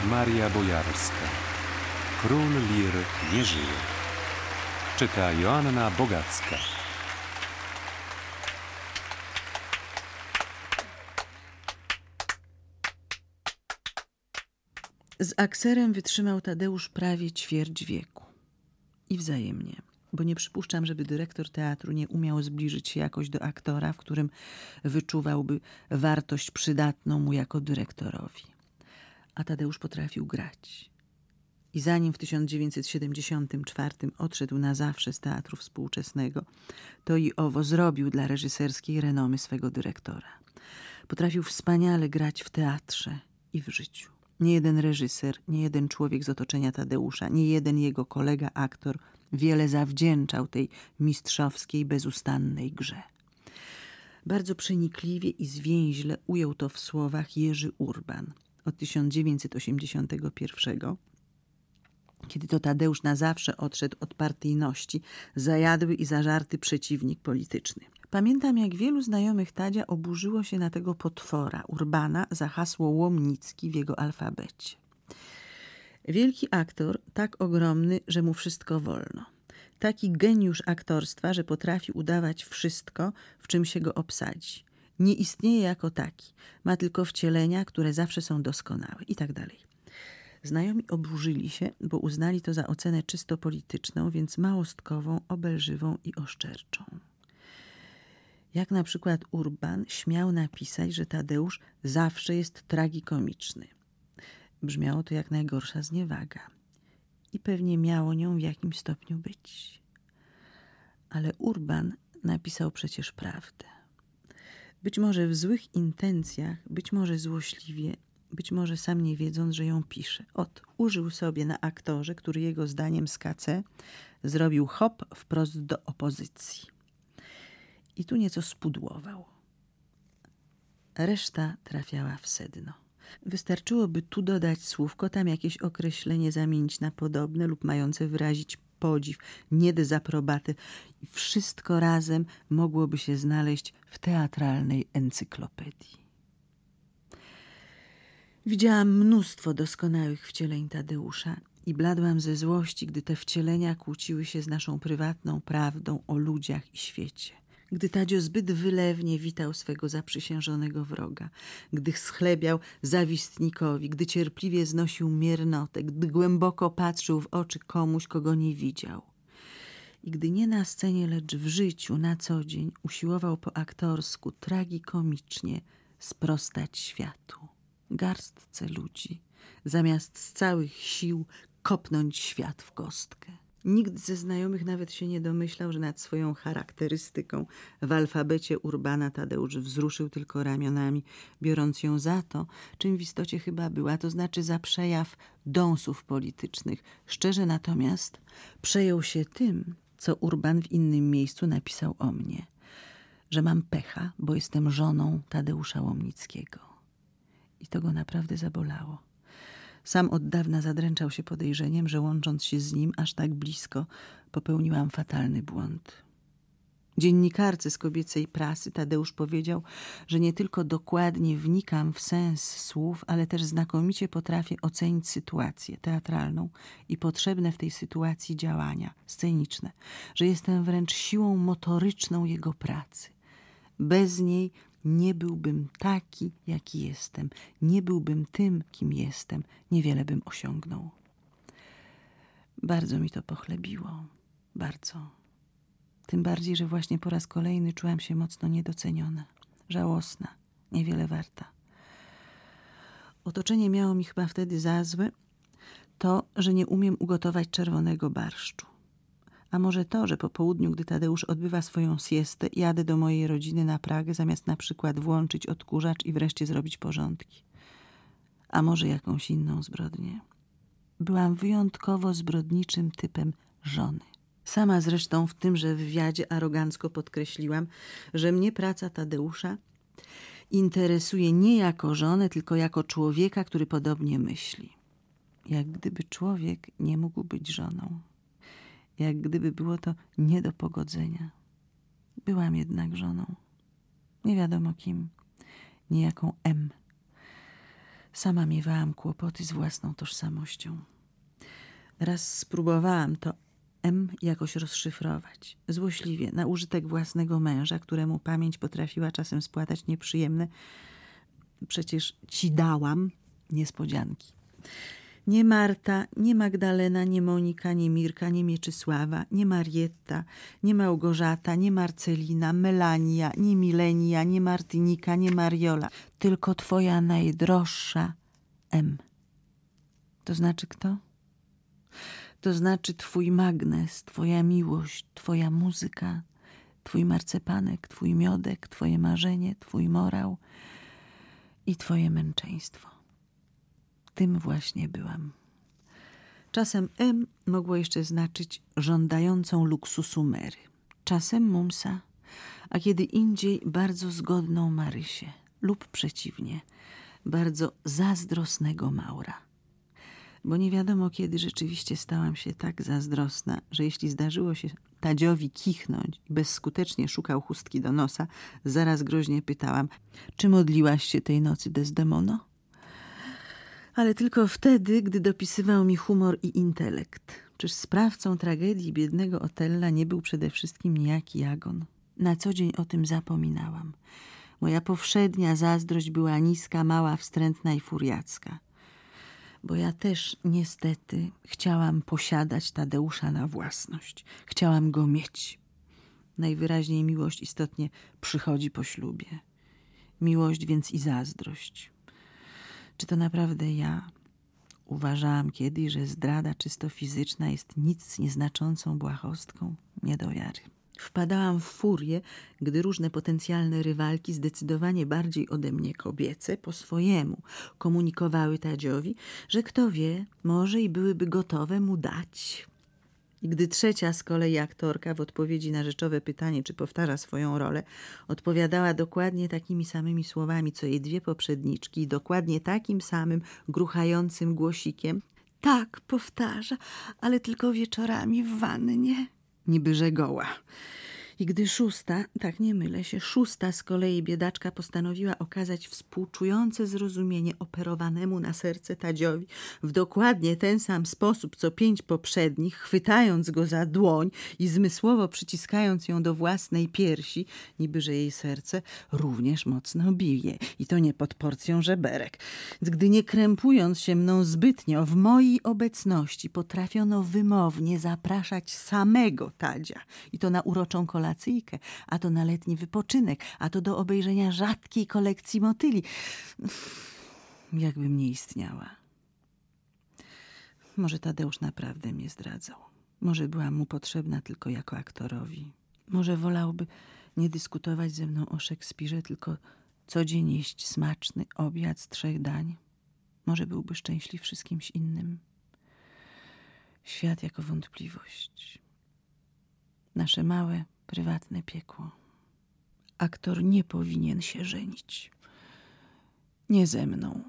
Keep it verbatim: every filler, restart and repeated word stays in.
Maria Bojarska. Król Lir nie żyje. Czyta Joanna Bogacka. Z Akserem wytrzymał Tadeusz prawie ćwierć wieku. I wzajemnie, bo nie przypuszczam, żeby dyrektor teatru nie umiał zbliżyć się jakoś do aktora, w którym wyczuwałby wartość przydatną mu jako dyrektorowi. A Tadeusz potrafił grać. I zanim w tysiąc dziewięćset siedemdziesiątym czwartym odszedł na zawsze z teatru współczesnego, to i owo zrobił dla reżyserskiej renomy swego dyrektora. Potrafił wspaniale grać w teatrze i w życiu. Nie jeden reżyser, nie jeden człowiek z otoczenia Tadeusza, nie jeden jego kolega aktor wiele zawdzięczał tej mistrzowskiej, bezustannej grze. Bardzo przenikliwie i zwięźle ujął to w słowach Jerzy Urban od tysiąc dziewięćset osiemdziesiątego pierwszego, kiedy to Tadeusz na zawsze odszedł od partyjności, zajadły i zażarty przeciwnik polityczny. Pamiętam, jak wielu znajomych Tadzia oburzyło się na tego potwora Urbana za hasło Łomnicki w jego alfabecie. Wielki aktor, tak ogromny, że mu wszystko wolno. Taki geniusz aktorstwa, że potrafi udawać wszystko, w czym się go obsadzi. Nie istnieje jako taki. Ma tylko wcielenia, które zawsze są doskonałe i tak dalej. Znajomi oburzyli się, bo uznali to za ocenę czysto polityczną, więc małostkową, obelżywą i oszczerczą. Jak na przykład Urban śmiał napisać, że Tadeusz zawsze jest tragikomiczny. Brzmiało to jak najgorsza zniewaga. I pewnie miało nią w jakimś stopniu być. Ale Urban napisał przecież prawdę. Być może w złych intencjach, być może złośliwie, być może sam nie wiedząc, że ją pisze. Ot, użył sobie na aktorze, który jego zdaniem z K C zrobił hop wprost do opozycji. I tu nieco spudłował. Reszta trafiała w sedno. Wystarczyłoby tu dodać słówko, tam jakieś określenie zamienić na podobne lub mające wyrazić podziw, niedezaprobatę i wszystko razem mogłoby się znaleźć w teatralnej encyklopedii. Widziałam mnóstwo doskonałych wcieleń Tadeusza i bladłam ze złości, gdy te wcielenia kłóciły się z naszą prywatną prawdą o ludziach i świecie. Gdy Tadzio zbyt wylewnie witał swego zaprzysiężonego wroga, gdy schlebiał zawistnikowi, gdy cierpliwie znosił miernotę, gdy głęboko patrzył w oczy komuś, kogo nie widział. I gdy nie na scenie, lecz w życiu, na co dzień usiłował po aktorsku, tragikomicznie sprostać światu, garstce ludzi, zamiast z całych sił kopnąć świat w kostkę. Nikt ze znajomych nawet się nie domyślał, że nad swoją charakterystyką w alfabecie Urbana Tadeusz wzruszył tylko ramionami, biorąc ją za to, czym w istocie chyba była, to znaczy za przejaw dąsów politycznych. Szczerze natomiast przejął się tym, co Urban w innym miejscu napisał o mnie, że mam pecha, bo jestem żoną Tadeusza Łomnickiego. I to go naprawdę zabolało. Sam od dawna zadręczał się podejrzeniem, że łącząc się z nim aż tak blisko, popełniłam fatalny błąd. Dziennikarce z kobiecej prasy Tadeusz powiedział, że nie tylko dokładnie wnikam w sens słów, ale też znakomicie potrafię ocenić sytuację teatralną i potrzebne w tej sytuacji działania sceniczne, że jestem wręcz siłą motoryczną jego pracy. Bez niej nie byłbym taki, jaki jestem. Nie byłbym tym, kim jestem. Niewiele bym osiągnął. Bardzo mi to pochlebiło. Bardzo. Tym bardziej, że właśnie po raz kolejny czułam się mocno niedoceniona. Żałosna. Niewiele warta. Otoczenie miało mi chyba wtedy za złe to, że nie umiem ugotować czerwonego barszczu. A może to, że po południu, gdy Tadeusz odbywa swoją siestę, jadę do mojej rodziny na Pragę, zamiast na przykład włączyć odkurzacz i wreszcie zrobić porządki. A może jakąś inną zbrodnię. Byłam wyjątkowo zbrodniczym typem żony. Sama zresztą w tymże wywiadzie arogancko podkreśliłam, że mnie praca Tadeusza interesuje nie jako żonę, tylko jako człowieka, który podobnie myśli. Jak gdyby człowiek nie mógł być żoną. Jak gdyby było to nie do pogodzenia. Byłam jednak żoną. Nie wiadomo kim. Niejaką M. Sama miewałam kłopoty z własną tożsamością. Raz spróbowałam to M jakoś rozszyfrować. Złośliwie, na użytek własnego męża, któremu pamięć potrafiła czasem spłatać nieprzyjemne, przecież ci dałam, niespodzianki. Nie Marta, nie Magdalena, nie Monika, nie Mirka, nie Mieczysława, nie Marietta, nie Małgorzata, nie Marcelina, Melania, nie Milenia, nie Martynika, nie Mariola. Tylko twoja najdroższa M. To znaczy kto? To znaczy twój magnes, twoja miłość, twoja muzyka, twój marcepanek, twój miodek, twoje marzenie, twój morał i twoje męczeństwo. Tym właśnie byłam. Czasem M mogło jeszcze znaczyć żądającą luksusu Mary, czasem Mumsa, a kiedy indziej bardzo zgodną Marysię lub przeciwnie, bardzo zazdrosnego Maura. Bo nie wiadomo kiedy rzeczywiście stałam się tak zazdrosna, że jeśli zdarzyło się Tadziowi kichnąć i bezskutecznie szukał chustki do nosa, zaraz groźnie pytałam, czy modliłaś się tej nocy, Desdemono? Ale tylko wtedy, gdy dopisywał mi humor i intelekt. Czyż sprawcą tragedii biednego Otella nie był przede wszystkim niejaki Jagon? Na co dzień o tym zapominałam. Moja powszednia zazdrość była niska, mała, wstrętna i furiacka. Bo ja też niestety chciałam posiadać Tadeusza na własność. Chciałam go mieć. Najwyraźniej miłość istotnie przychodzi po ślubie. Miłość więc i zazdrość. Czy to naprawdę ja? Uważałam kiedyś, że zdrada czysto fizyczna jest nic nieznaczącą błahostką. Nie do wiary. Wpadałam w furię, gdy różne potencjalne rywalki, zdecydowanie bardziej ode mnie kobiece, po swojemu komunikowały Tadziowi, że kto wie, może i byłyby gotowe mu dać. I gdy trzecia z kolei aktorka w odpowiedzi na rzeczowe pytanie, czy powtarza swoją rolę, odpowiadała dokładnie takimi samymi słowami, co jej dwie poprzedniczki i dokładnie takim samym gruchającym głosikiem. Tak, powtarza, ale tylko wieczorami w wannie. Niby że goła. I gdy szósta, tak nie mylę się, szósta z kolei biedaczka postanowiła okazać współczujące zrozumienie operowanemu na serce Tadziowi w dokładnie ten sam sposób, co pięć poprzednich, chwytając go za dłoń i zmysłowo przyciskając ją do własnej piersi, niby że jej serce również mocno bije i to nie pod porcją żeberek. Gdy nie krępując się mną zbytnio, w mojej obecności potrafiono wymownie zapraszać samego Tadzia i to na uroczą kolację, a to na letni wypoczynek, a to do obejrzenia rzadkiej kolekcji motyli. Jakbym nie istniała. Może Tadeusz naprawdę mnie zdradzał. Może byłam mu potrzebna tylko jako aktorowi. Może wolałby nie dyskutować ze mną o Szekspirze, tylko co dzień jeść smaczny obiad z trzech dań. Może byłby szczęśliwszy z kimś innym. Świat jako wątpliwość. Nasze małe, prywatne piekło. Aktor nie powinien się żenić. Nie ze mną.